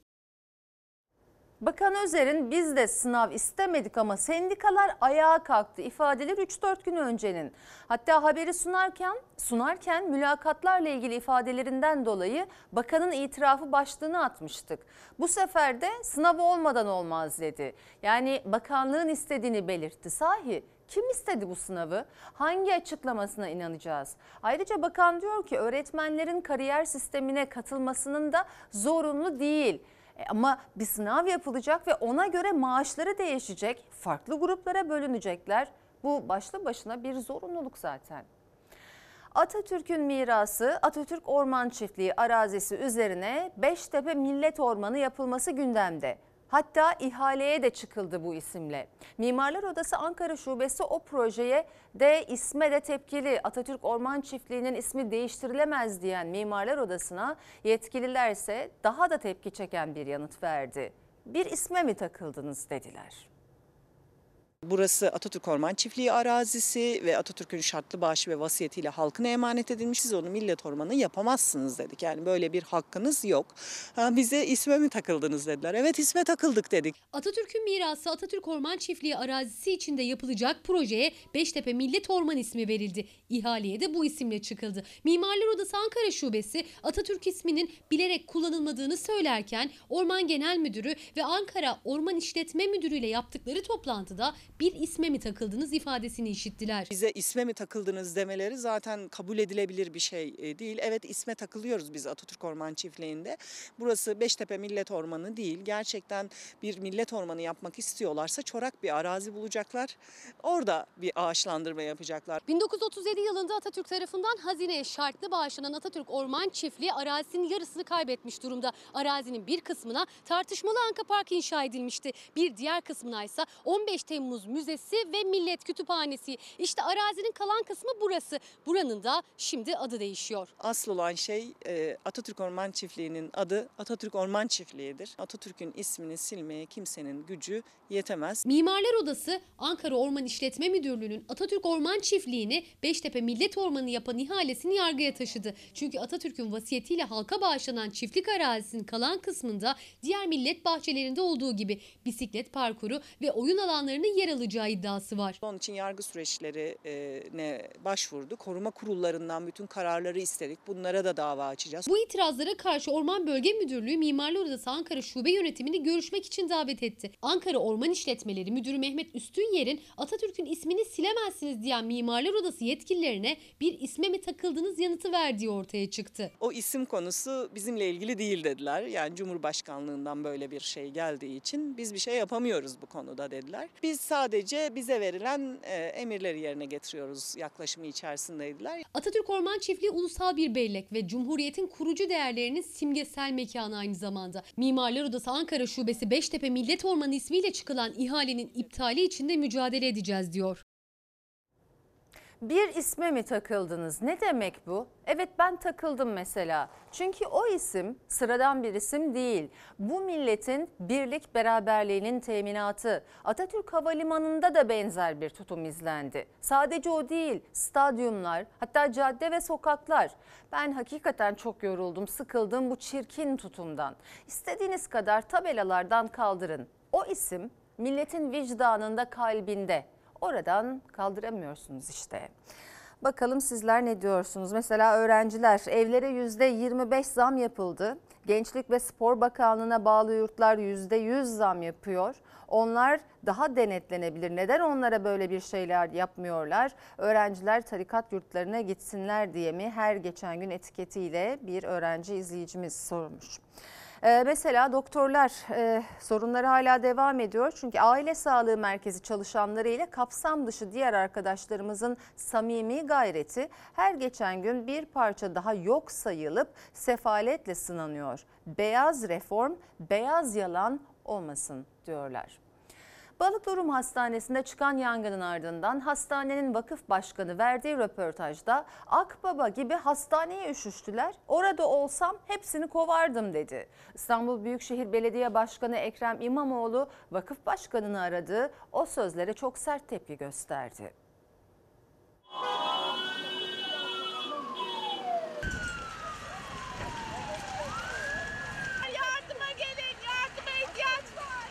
Bakan Özer'in biz de sınav istemedik ama sendikalar ayağa kalktı ifadeleri üç dört gün öncenin. Hatta haberi sunarken sunarken mülakatlarla ilgili ifadelerinden dolayı bakanın itirafı başlığını atmıştık. Bu sefer de sınav olmadan olmaz dedi. Yani bakanlığın istediğini belirtti. Sahi kim istedi bu sınavı? Hangi açıklamasına inanacağız? Ayrıca bakan diyor ki öğretmenlerin kariyer sistemine katılmasının da zorunlu değil. Ama bir sınav yapılacak ve ona göre maaşları değişecek, farklı gruplara bölünecekler. Bu başlı başına bir zorunluluk zaten. Atatürk'ün mirası Atatürk Orman Çiftliği arazisi üzerine Beştepe Millet Ormanı yapılması gündemde. Hatta ihaleye de çıkıldı bu isimle. Mimarlar Odası Ankara Şubesi o projeye de isme de tepkili. Atatürk Orman Çiftliği'nin ismi değiştirilemez diyen Mimarlar Odası'na yetkililer ise daha da tepki çeken bir yanıt verdi. Bir isme mi takıldınız dediler. Burası Atatürk Orman Çiftliği arazisi ve Atatürk'ün şartlı bağışı ve vasiyetiyle halkına emanet edilmiş. Siz onu millet ormanı yapamazsınız dedik. Yani böyle bir hakkınız yok. Ha, bize isme mi takıldınız dediler. Evet isme takıldık dedik. Atatürk'ün mirası Atatürk Orman Çiftliği arazisi içinde yapılacak projeye Beştepe Millet Orman ismi verildi. İhaleye de bu isimle çıkıldı. Mimarlar Odası Ankara Şubesi Atatürk isminin bilerek kullanılmadığını söylerken Orman Genel Müdürü ve Ankara Orman İşletme Müdürü ile yaptıkları toplantıda bir isme mi takıldınız ifadesini işittiler. Bize isme mi takıldınız demeleri zaten kabul edilebilir bir şey değil. Evet isme takılıyoruz biz Atatürk Orman Çiftliği'nde. Burası Beştepe Millet Ormanı değil. Gerçekten bir millet ormanı yapmak istiyorlarsa çorak bir arazi bulacaklar. Orada bir ağaçlandırma yapacaklar. bin dokuz yüz otuz yedi yılında Atatürk tarafından hazineye şartlı bağışlanan Atatürk Orman Çiftliği arazisinin yarısını kaybetmiş durumda. Arazinin bir kısmına tartışmalı Anka Park inşa edilmişti. Bir diğer kısmına ise on beş Temmuz Müzesi ve Millet Kütüphanesi. İşte arazinin kalan kısmı burası. Buranın da şimdi adı değişiyor. Asıl olan şey Atatürk Orman Çiftliği'nin adı Atatürk Orman Çiftliği'dir. Atatürk'ün ismini silmeye kimsenin gücü yetemez. Mimarlar Odası Ankara Orman İşletme Müdürlüğü'nün Atatürk Orman Çiftliği'ni Beştepe Millet Ormanı yapan ihalesini yargıya taşıdı. Çünkü Atatürk'ün vasiyetiyle halka bağışlanan çiftlik arazisinin kalan kısmında diğer millet bahçelerinde olduğu gibi bisiklet parkuru ve oyun alanlarının yer alacağı iddiası var. Onun için yargı süreçlerine başvurdu. Koruma kurullarından bütün kararları istedik. Bunlara da dava açacağız. Bu itirazlara karşı Orman Bölge Müdürlüğü Mimarlar Odası Ankara Şube Yönetimini görüşmek için davet etti. Ankara Orman İşletmeleri Müdürü Mehmet Üstünyer'in Atatürk'ün ismini silemezsiniz diyen Mimarlar Odası yetkililerine bir isme mi takıldınız yanıtı verdiği ortaya çıktı. O isim konusu bizimle ilgili değil dediler. Yani Cumhurbaşkanlığından böyle bir şey geldiği için biz bir şey yapamıyoruz bu konuda dediler. Biz sadece bize verilen e, emirleri yerine getiriyoruz yaklaşımı içerisindeydiler. Atatürk Orman Çiftliği ulusal bir bellek ve Cumhuriyet'in kurucu değerlerinin simgesel mekanı aynı zamanda. Mimarlar Odası Ankara Şubesi Beştepe Millet Ormanı ismiyle çıkılan ihalenin iptali için de mücadele edeceğiz diyor. Bir isme mi takıldınız? Ne demek bu? Evet ben takıldım mesela. Çünkü o isim sıradan bir isim değil. Bu milletin birlik beraberliğinin teminatı. Atatürk Havalimanı'nda da benzer bir tutum izlendi. Sadece o değil, stadyumlar, hatta cadde ve sokaklar. Ben hakikaten çok yoruldum, sıkıldım bu çirkin tutumdan. İstediğiniz kadar tabelalardan kaldırın. O isim Milletin vicdanında, kalbinde. Oradan kaldıramıyorsunuz işte. Bakalım sizler ne diyorsunuz? Mesela öğrenciler, evlere yüzde yirmi beş zam yapıldı. Gençlik ve Spor Bakanlığı'na bağlı yurtlar yüzde yüz zam yapıyor. Onlar daha denetlenebilir. Neden onlara böyle bir şeyler yapmıyorlar? Öğrenciler tarikat yurtlarına gitsinler diye mi? Her geçen gün etiketiyle bir öğrenci izleyicimiz sormuş. Ee, mesela doktorlar e, sorunları hala devam ediyor. Çünkü aile sağlığı merkezi çalışanları ile kapsam dışı diğer arkadaşlarımızın samimi gayreti her geçen gün bir parça daha yok sayılıp sefaletle sınanıyor. Beyaz reform, beyaz yalan olmasın diyorlar. Balıklı Rum Hastanesi'nde çıkan yangının ardından hastanenin vakıf başkanı verdiği röportajda Akbaba gibi hastaneye üşüştüler. Orada olsam hepsini kovardım dedi. İstanbul Büyükşehir Belediye Başkanı Ekrem İmamoğlu vakıf başkanını aradı. O sözlere çok sert tepki gösterdi. Yardıma gelin, yardıma ihtiyaç var.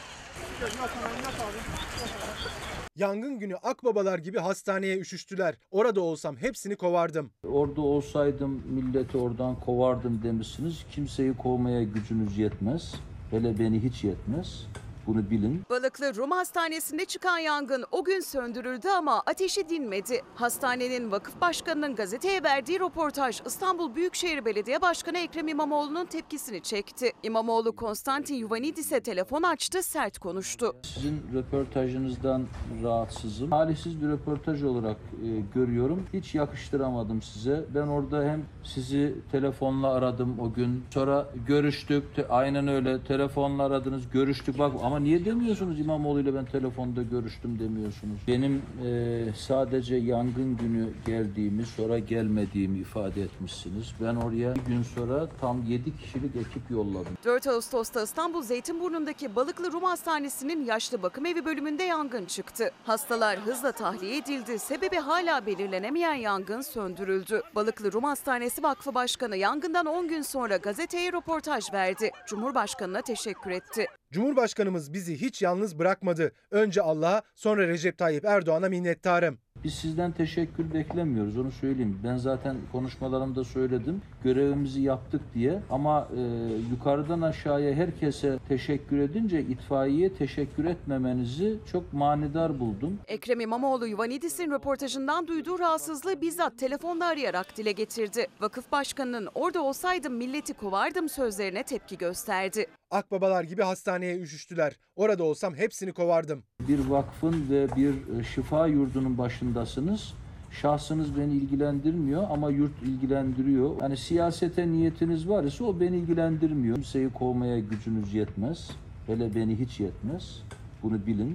Yangın günü akbabalar gibi hastaneye üşüştüler. Orada olsam hepsini kovardım. Orada olsaydım milleti oradan kovardım demişsiniz. Kimseyi kovmaya gücünüz yetmez. Hele beni hiç yetmez. Bunu bilin. Balıklı Rum Hastanesi'nde çıkan yangın o gün söndürüldü ama ateşi dinmedi. Hastanenin vakıf başkanının gazeteye verdiği röportaj İstanbul Büyükşehir Belediye Başkanı Ekrem İmamoğlu'nun tepkisini çekti. İmamoğlu Konstantin Ioannidis'e telefon açtı, sert konuştu. Sizin röportajınızdan rahatsızım. Talihsiz bir röportaj olarak e, görüyorum. Hiç yakıştıramadım size. Ben orada hem sizi telefonla aradım o gün. Sonra görüştük. Te, aynen öyle telefonla aradınız, görüştük. Bak ama niye demiyorsunuz İmamoğlu ile ben telefonda görüştüm demiyorsunuz? Benim e, sadece yangın günü geldiğimi, sonra gelmediğimi ifade etmişsiniz. Ben oraya bir gün sonra tam yedi kişilik ekip yolladım. dört Ağustos'ta İstanbul Zeytinburnu'ndaki Balıklı Rum Hastanesi'nin yaşlı bakım evi bölümünde yangın çıktı. Hastalar hızla tahliye edildi. Sebebi hala belirlenemeyen yangın söndürüldü. Balıklı Rum Hastanesi Vakfı Başkanı yangından on gün sonra gazeteye röportaj verdi. Cumhurbaşkanına teşekkür etti. Cumhurbaşkanımız bizi hiç yalnız bırakmadı. Önce Allah'a, sonra Recep Tayyip Erdoğan'a minnettarım. Biz sizden teşekkür beklemiyoruz, onu söyleyeyim. Ben zaten konuşmalarımda söyledim. Görevimizi yaptık diye. Ama e, yukarıdan aşağıya herkese teşekkür edince itfaiyeye teşekkür etmemenizi çok manidar buldum. Ekrem İmamoğlu Ioannidis'in röportajından duyduğu rahatsızlığı bizzat telefonla arayarak dile getirdi. Vakıf başkanının orada olsaydım milleti kovardım sözlerine tepki gösterdi. Akbabalar gibi hastaneye üşüştüler. Orada olsam hepsini kovardım. Bir vakfın ve bir şifa yurdunun başındasınız. Şahsınız beni ilgilendirmiyor ama yurt ilgilendiriyor. Yani siyasete niyetiniz var ise o beni ilgilendirmiyor. Kimseyi kovmaya gücünüz yetmez. Hele beni hiç yetmez. Bunu bilin.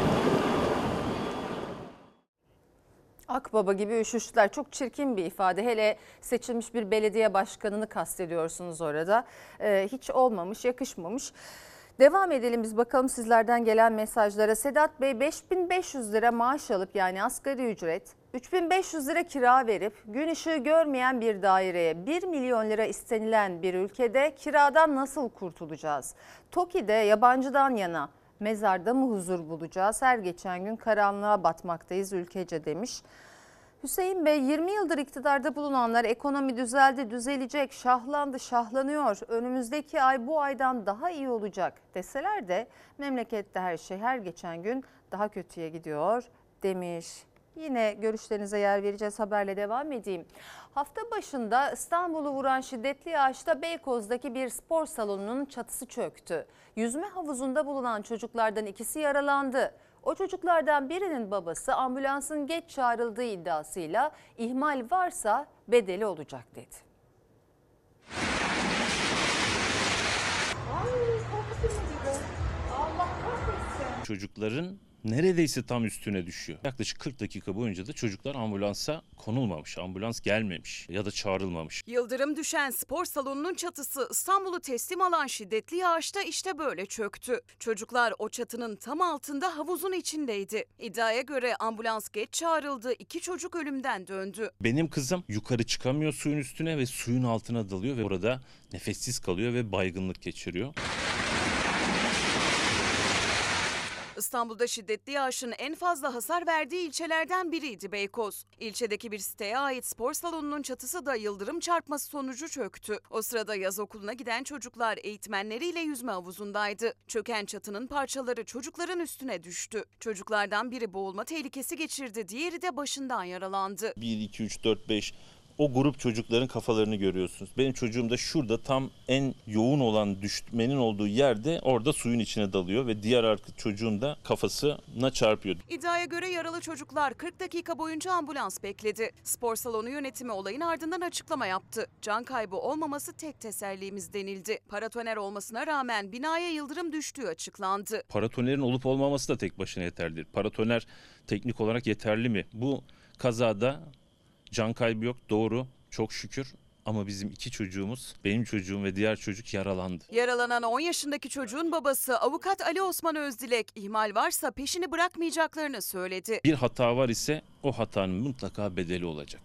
Akbaba gibi üşüştüler. Çok çirkin bir ifade. Hele seçilmiş bir belediye başkanını kastediyorsunuz orada. Ee, hiç olmamış, yakışmamış. Devam edelim biz bakalım sizlerden gelen mesajlara. Sedat Bey beş bin beş yüz lira maaş alıp yani asgari ücret, üç bin beş yüz lira kira verip gün ışığı görmeyen bir daireye bir milyon lira istenilen bir ülkede kiradan nasıl kurtulacağız? TOKİ'de yabancıdan yana mezarda mı huzur bulacağız? Her geçen gün karanlığa batmaktayız ülkece demiş. Hüseyin Bey yirmi yıldır iktidarda bulunanlar ekonomi düzeldi, düzelecek, şahlandı, şahlanıyor. Önümüzdeki ay bu aydan daha iyi olacak deseler de memlekette her şey her geçen gün daha kötüye gidiyor demiş. Yine görüşlerinize yer vereceğiz, haberle devam edeyim. Hafta başında İstanbul'u vuran şiddetli yağışta Beykoz'daki bir spor salonunun çatısı çöktü. Yüzme havuzunda bulunan çocuklardan ikisi yaralandı. O çocuklardan birinin babası ambulansın geç çağrıldığı iddiasıyla ihmal varsa bedeli olacak dedi. Çocukların neredeyse tam üstüne düşüyor. Yaklaşık kırk dakika boyunca da çocuklar ambulansa konulmamış, ambulans gelmemiş ya da çağrılmamış. Yıldırım düşen spor salonunun çatısı İstanbul'u teslim alan şiddetli yağışta işte böyle çöktü. Çocuklar o çatının tam altında havuzun içindeydi. İddiaya göre ambulans geç çağrıldı, iki çocuk ölümden döndü. Benim kızım yukarı çıkamıyor suyun üstüne ve suyun altına dalıyor ve orada nefessiz kalıyor ve baygınlık geçiriyor. İstanbul'da şiddetli yağışın en fazla hasar verdiği ilçelerden biriydi Beykoz. İlçedeki bir siteye ait spor salonunun çatısı da yıldırım çarpması sonucu çöktü. O sırada yaz okuluna giden çocuklar eğitmenleriyle yüzme havuzundaydı. Çöken çatının parçaları çocukların üstüne düştü. Çocuklardan biri boğulma tehlikesi geçirdi, diğeri de başından yaralandı. bir, iki, üç, dört, beş o grup çocukların kafalarını görüyorsunuz. Benim çocuğum da şurada tam en yoğun olan düşmenin olduğu yerde orada suyun içine dalıyor ve diğer arka çocuğun da kafasına çarpıyor. İddiaya göre yaralı çocuklar kırk dakika boyunca ambulans bekledi. Spor salonu yönetimi olayın ardından açıklama yaptı. Can kaybı olmaması tek tesellimiz denildi. Paratoner olmasına rağmen binaya yıldırım düştüğü açıklandı. Paratonerin olup olmaması da tek başına yeterlidir. Paratoner teknik olarak yeterli mi? Bu kazada can kaybı yok, doğru, çok şükür. Ama bizim iki çocuğumuz, benim çocuğum ve diğer çocuk yaralandı. Yaralanan on yaşındaki çocuğun babası avukat Ali Osman Özdilek, ihmal varsa peşini bırakmayacaklarını söyledi. Bir hata var ise o hatanın mutlaka bedeli olacak.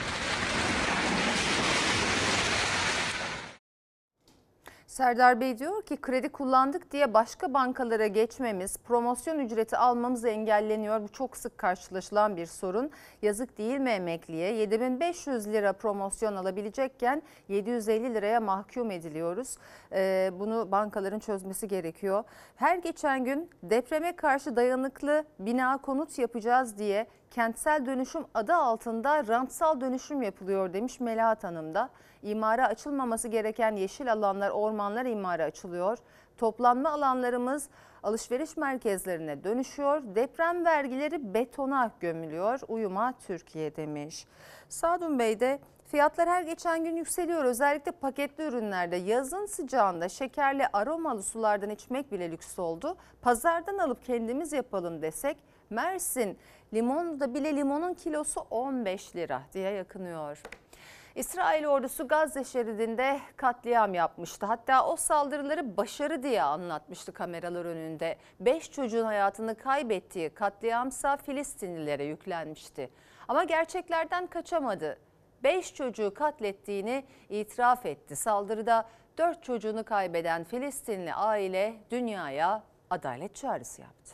Serdar Bey diyor ki kredi kullandık diye başka bankalara geçmemiz, promosyon ücreti almamız engelleniyor. Bu çok sık karşılaşılan bir sorun. Yazık değil mi emekliye? yedi bin beş yüz lira promosyon alabilecekken yedi yüz elli liraya mahkum ediliyoruz. Ee, bunu bankaların çözmesi gerekiyor. Her geçen gün depreme karşı dayanıklı bina konut yapacağız diye kentsel dönüşüm adı altında rantsal dönüşüm yapılıyor demiş Melahat Hanım da. İmara açılmaması gereken yeşil alanlar, ormanlar imara açılıyor. Toplanma alanlarımız alışveriş merkezlerine dönüşüyor. Deprem vergileri betona gömülüyor. Uyuma Türkiye demiş. Sadun Bey de fiyatlar her geçen gün yükseliyor. Özellikle paketli ürünlerde yazın sıcağında şekerli aromalı sulardan içmek bile lüks oldu. Pazardan alıp kendimiz yapalım desek Mersin limonda bile limonun kilosu on beş lira diye yakınıyor. İsrail ordusu Gazze şeridinde katliam yapmıştı. Hatta o saldırıları başarı diye anlatmıştı kameralar önünde. Beş çocuğun hayatını kaybettiği katliamsa Filistinlilere yüklenmişti. Ama gerçeklerden kaçamadı. Beş çocuğu katlettiğini itiraf etti. Saldırıda dört çocuğunu kaybeden Filistinli aile dünyaya adalet çağrısı yaptı.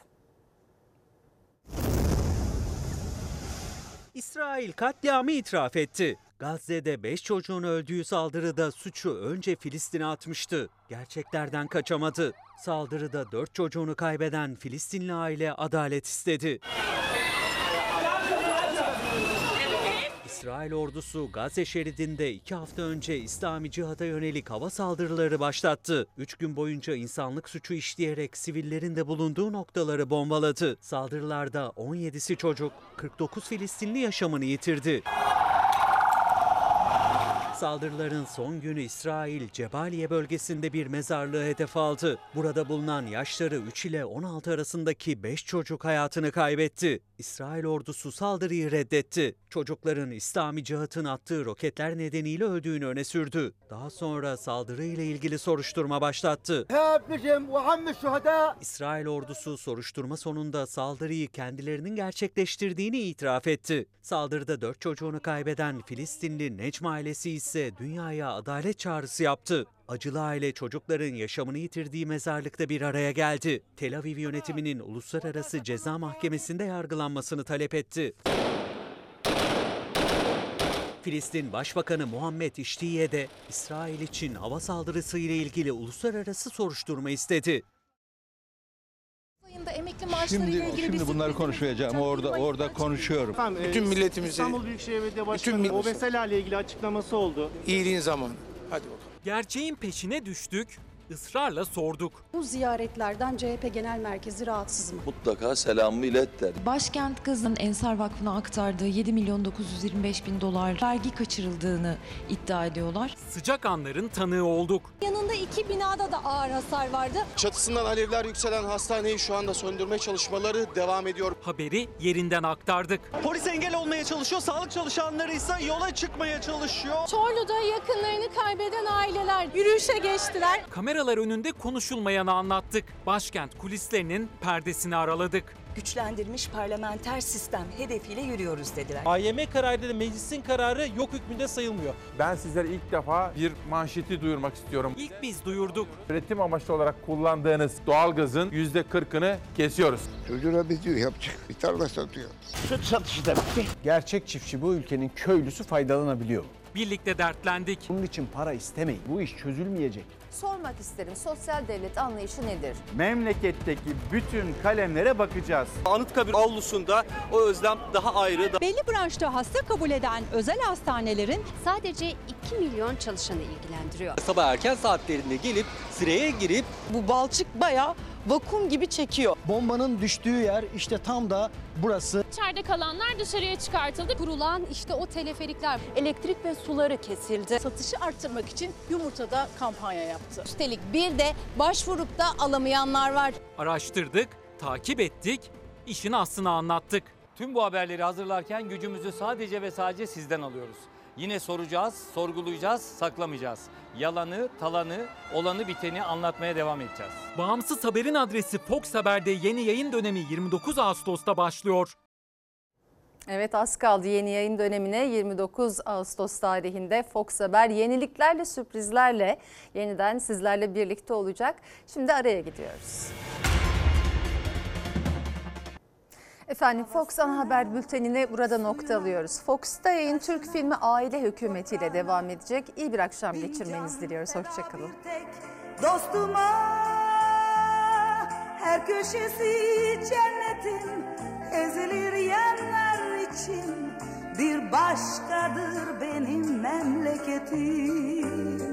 İsrail katliamı itiraf etti. Gazze'de beş çocuğun öldüğü saldırıda suçu önce Filistin'e atmıştı. Gerçeklerden kaçamadı. Saldırıda dört çocuğunu kaybeden Filistinli aile adalet istedi. İsrail ordusu Gazze şeridinde iki hafta önce İslami Cihad'a yönelik hava saldırıları başlattı. Üç gün boyunca insanlık suçu işleyerek sivillerin de bulunduğu noktaları bombaladı. Saldırılarda on yedisi çocuk, kırk dokuz Filistinli yaşamını yitirdi. Saldırıların son günü İsrail, Cebaliye bölgesinde bir mezarlığı hedef aldı. Burada bulunan yaşları üç ile on altı arasındaki beş çocuk hayatını kaybetti. İsrail ordusu saldırıyı reddetti. Çocukların İslami Cihat'ın attığı roketler nedeniyle öldüğünü öne sürdü. Daha sonra saldırıyla ilgili soruşturma başlattı. İsrail ordusu soruşturma sonunda saldırıyı kendilerinin gerçekleştirdiğini itiraf etti. Saldırıda dört çocuğunu kaybeden Filistinli Necm ailesi ise dünyaya adalet çağrısı yaptı. Acılı aile çocukların yaşamını yitirdiği mezarlıkta bir araya geldi. Tel Aviv yönetiminin Uluslararası Ceza Mahkemesi'nde yargılanmasını talep etti. Filistin Başbakanı Muhammed İştiye de İsrail için hava saldırısı ile ilgili uluslararası soruşturma istedi. Emekli şimdi şimdi bunları konuşmayacağım. Orada orada konuşuyorum. Efendim, bütün milletimizi, İstanbul Büyükşehir Belediye Başkanı'nın o meseleyle ilgili açıklaması oldu. İyiliğin zamanı. Hadi bakalım. Gerçeğin peşine düştük, ısrarla sorduk. Bu ziyaretlerden C H P Genel Merkezi rahatsız mı? Mutlaka selamımı ilet der. Başkent Gaz'ın Ensar Vakfı'na aktardığı yedi milyon dokuz yüz yirmi beş bin dolar vergi kaçırıldığını iddia ediyorlar. Sıcak anların tanığı olduk. Yanında iki binada da ağır hasar vardı. Çatısından alevler yükselen hastaneyi şu anda söndürme çalışmaları devam ediyor. Haberi yerinden aktardık. Polis engel olmaya çalışıyor, sağlık çalışanları ise yola çıkmaya çalışıyor. Çorlu'da yakınlarını kaybeden aileler yürüyüşe geçtiler. Kamera kameralar önünde konuşulmayanı anlattık. Başkent kulislerinin perdesini araladık. Güçlendirilmiş parlamenter sistem hedefiyle yürüyoruz dediler. A Y M kararıyla da meclisin kararı yok hükmünde sayılmıyor. Ben sizlere ilk defa bir manşeti duyurmak istiyorum. İlk biz duyurduk. Üretim amaçlı olarak kullandığınız doğalgazın yüzde kırkını kesiyoruz. Çocuğuna bitiyor, yapacak. Bir tarla satıyor. Süt satışı da bitti. Gerçek çiftçi bu ülkenin köylüsü faydalanabiliyor. Birlikte dertlendik. Bunun için para istemeyin. Bu iş çözülmeyecek. Sormak isterim, sosyal devlet anlayışı nedir? Memleketteki bütün kalemlere bakacağız. Anıtkabir avlusunda o özlem daha ayrı. Belli branşta hasta kabul eden özel hastanelerin sadece iki milyon çalışanı ilgilendiriyor. Sabah erken saatlerinde gelip sıraya girip bu balçık bayağı vakum gibi çekiyor. Bombanın düştüğü yer işte tam da burası. İçeride kalanlar dışarıya çıkartıldı. Kurulan işte o teleferikler. Elektrik ve suları kesildi. Satışı arttırmak için yumurtada kampanya yaptı. Üstelik bir de başvurup da alamayanlar var. Araştırdık, takip ettik, işin aslını anlattık. Tüm bu haberleri hazırlarken gücümüzü sadece ve sadece sizden alıyoruz. Yine soracağız, sorgulayacağız, saklamayacağız. Yalanı, talanı, olanı biteni anlatmaya devam edeceğiz. Bağımsız Haber'in adresi Fox Haber'de yeni yayın dönemi yirmi dokuz Ağustos'ta başlıyor. Evet, az kaldı yeni yayın dönemine. yirmi dokuz Ağustos tarihinde Fox Haber yeniliklerle, sürprizlerle yeniden sizlerle birlikte olacak. Şimdi araya gidiyoruz. Efendim, Fox Ana Haber bültenine burada nokta alıyoruz. Fox'ta yayın Türk filmi Aile Hükümeti ile devam edecek. İyi bir akşam geçirmenizi diliyoruz. Hoşçakalın. Dostuma her köşesi cennetin, ezilir yerler için bir başkadır benim memleketim.